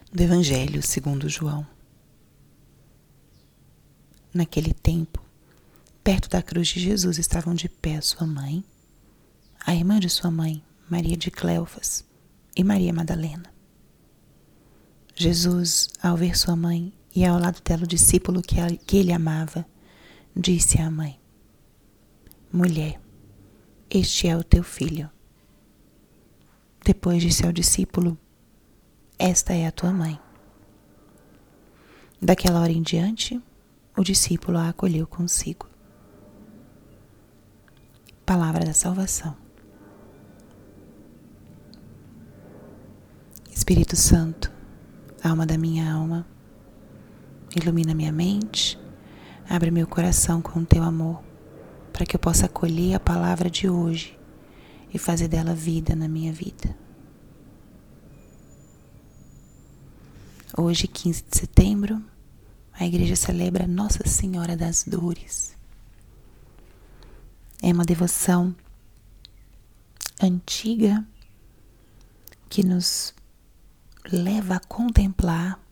do Evangelho segundo João. Naquele tempo, perto da cruz de Jesus estavam de pé sua mãe, a irmã de sua mãe, Maria de Cleofas, e Maria Madalena. Jesus, ao ver sua mãe e ao lado dela o discípulo que ele amava, disse à mãe: Mulher, este é o teu filho. Depois disse ao discípulo: Esta é a tua mãe. Daquela hora em diante, o discípulo a acolheu consigo. Palavra da salvação. Espírito Santo, alma da minha alma, ilumina minha mente, abre meu coração com o teu amor, para que eu possa acolher a palavra de hoje e fazer dela vida na minha vida. Hoje, 15 de setembro, a igreja celebra Nossa Senhora das Dores. É uma devoção antiga que nos leva a contemplar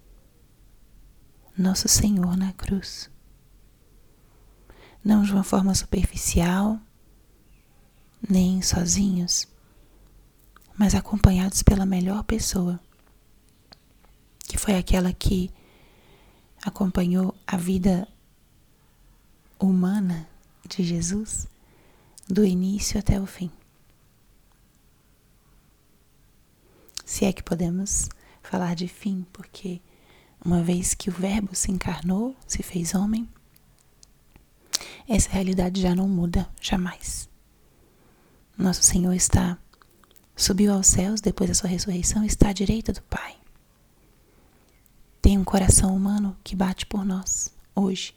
Nosso Senhor na cruz. Não de uma forma superficial, nem sozinhos, mas acompanhados pela melhor pessoa, que foi aquela que acompanhou a vida humana de Jesus do início até o fim. Se é que podemos falar de fim, porque uma vez que o Verbo se encarnou, se fez homem, essa realidade já não muda jamais. Nosso Senhor subiu aos céus depois da sua ressurreição, está à direita do Pai. Tem um coração humano que bate por nós hoje.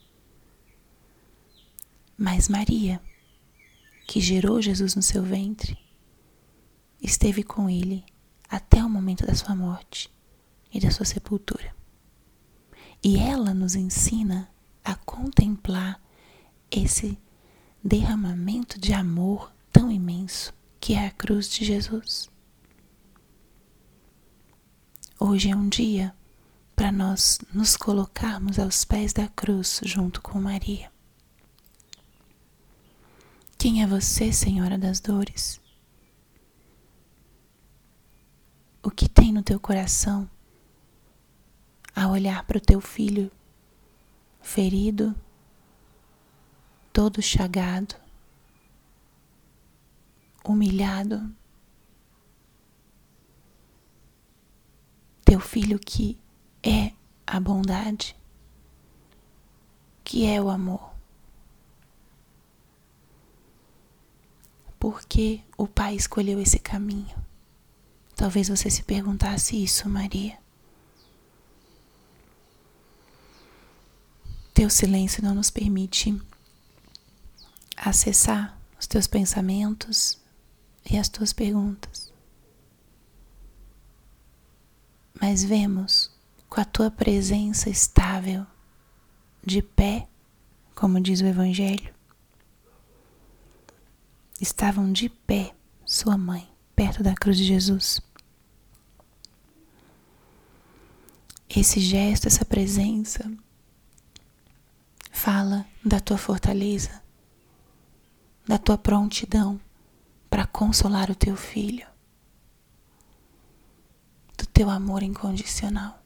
Mas Maria, que gerou Jesus no seu ventre, esteve com ele até o momento da sua morte e da sua sepultura. E ela nos ensina a contemplar esse derramamento de amor tão imenso que é a cruz de Jesus. Hoje é um dia para nós nos colocarmos aos pés da cruz junto com Maria. Quem é você, Senhora das Dores? O que tem no teu coração ao olhar para o teu filho ferido, todo chagado, humilhado? Teu filho que é a bondade, que é o amor. Por que o Pai escolheu esse caminho? Talvez você se perguntasse isso, Maria. Teu silêncio não nos permite acessar os teus pensamentos e as tuas perguntas. Mas vemos com a tua presença estável, de pé, como diz o Evangelho. Estavam de pé sua mãe, perto da cruz de Jesus. Esse gesto, essa presença, fala da tua fortaleza, da tua prontidão para consolar o teu filho, do teu amor incondicional.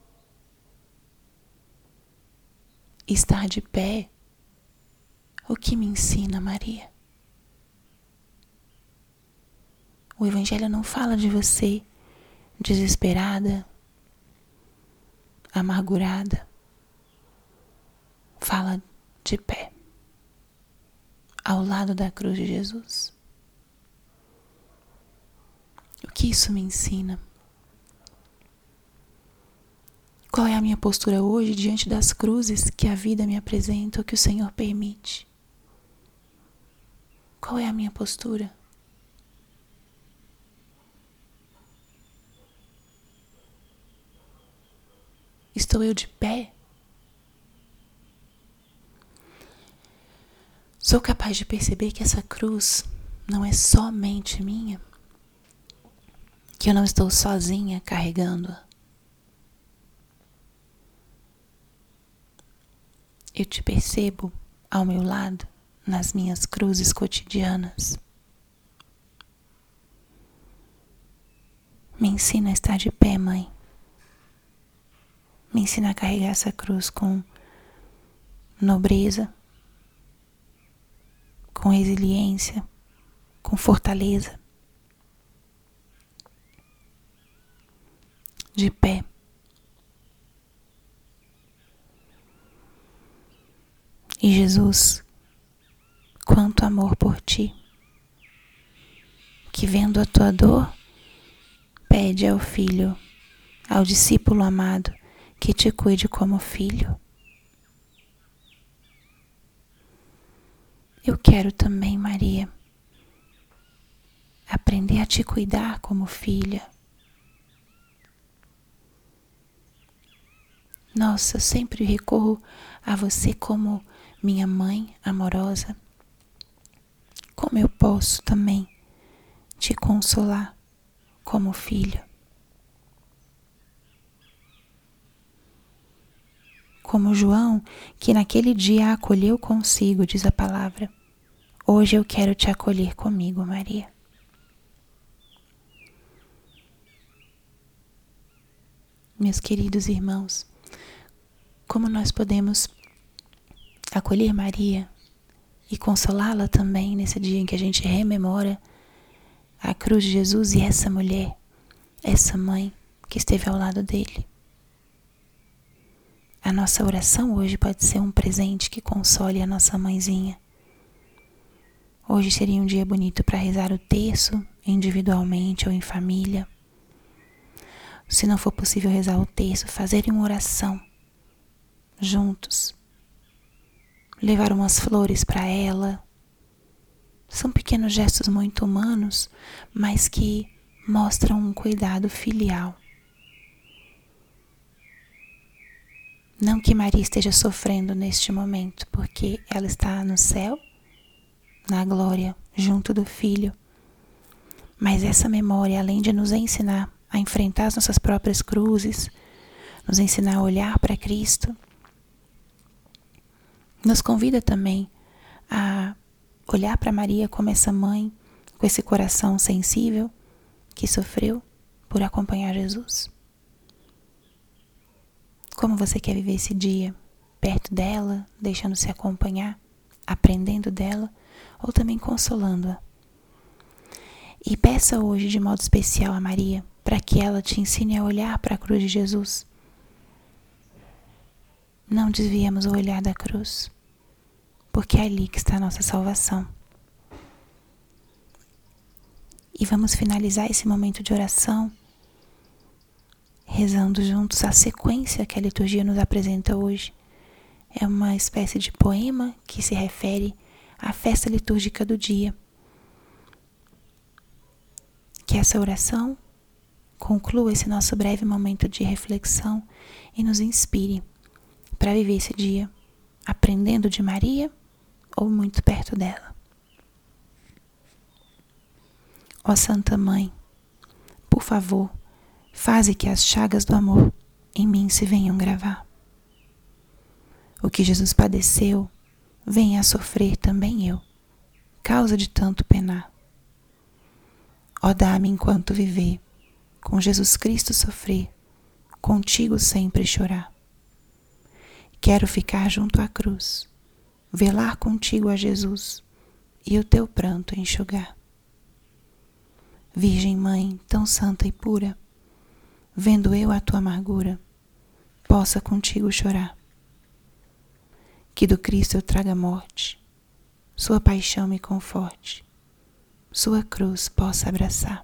Estar de pé, o que me ensina, Maria? O Evangelho não fala de você desesperada, amargurada. Fala de pé, ao lado da cruz de Jesus. O que isso me ensina? Qual é a minha postura hoje diante das cruzes que a vida me apresenta ou que o Senhor permite? Qual é a minha postura? Estou eu de pé? Sou capaz de perceber que essa cruz não é somente minha? Que eu não estou sozinha carregando-a, eu te percebo ao meu lado nas minhas cruzes cotidianas. Me ensina a estar de pé, Mãe. Me ensina a carregar essa cruz com nobreza, com resiliência, com fortaleza. De pé. E Jesus, quanto amor por ti, que vendo a tua dor, pede ao filho, ao discípulo amado, que te cuide como filho. Eu quero também, Maria, aprender a te cuidar como filha. Nossa, eu sempre recorro a você como minha mãe amorosa. Como eu posso também te consolar como filho? Como João, que naquele dia a acolheu consigo, diz a palavra. Hoje eu quero te acolher comigo, Maria. Meus queridos irmãos, como nós podemos acolher Maria e consolá-la também nesse dia em que a gente rememora a cruz de Jesus e essa mulher, essa mãe que esteve ao lado dele. A nossa oração hoje pode ser um presente que console a nossa mãezinha. Hoje seria um dia bonito para rezar o terço individualmente ou em família. Se não for possível rezar o terço, fazer uma oração juntos. Levar umas flores para ela. São pequenos gestos muito humanos, mas que mostram um cuidado filial. Não que Maria esteja sofrendo neste momento, porque ela está no céu, na glória, junto do Filho. Mas essa memória, além de nos ensinar a enfrentar as nossas próprias cruzes, nos ensinar a olhar para Cristo, nos convida também a olhar para Maria como essa mãe, com esse coração sensível que sofreu por acompanhar Jesus. Como você quer viver esse dia? Perto dela, deixando-se acompanhar, aprendendo dela, ou também consolando-a? E peça hoje de modo especial a Maria, para que ela te ensine a olhar para a cruz de Jesus. Não desviemos o olhar da cruz, porque é ali que está a nossa salvação. E vamos finalizar esse momento de oração rezando juntos a sequência que a liturgia nos apresenta hoje. É uma espécie de poema que se refere à festa litúrgica do dia. Que essa oração conclua esse nosso breve momento de reflexão e nos inspire para viver esse dia aprendendo de Maria ou muito perto dela. Ó Santa Mãe, por favor, faze que as chagas do amor em mim se venham gravar. O que Jesus padeceu, venha a sofrer também eu, causa de tanto penar. Ó, dá-me enquanto viver, com Jesus Cristo sofrer, contigo sempre chorar. Quero ficar junto à cruz, velar contigo a Jesus e o teu pranto enxugar. Virgem Mãe, tão santa e pura, vendo eu a tua amargura, possa contigo chorar. Que do Cristo eu traga morte, sua paixão me conforte, sua cruz possa abraçar.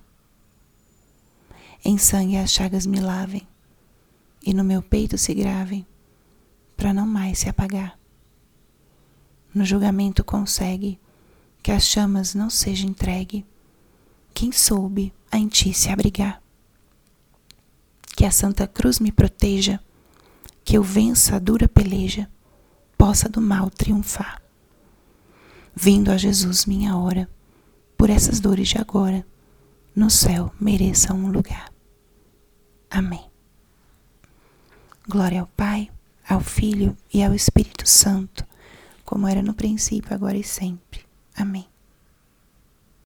Em sangue as chagas me lavem, e no meu peito se gravem, para não mais se apagar. No julgamento consegue que as chamas não seja entregue quem soube a em ti se abrigar. Que a Santa Cruz me proteja, que eu vença a dura peleja, possa do mal triunfar. Vindo a Jesus minha hora, por essas dores de agora, no céu mereça um lugar. Amém. Glória ao Pai, ao Filho e ao Espírito Santo, como era no princípio, agora e sempre. Amém.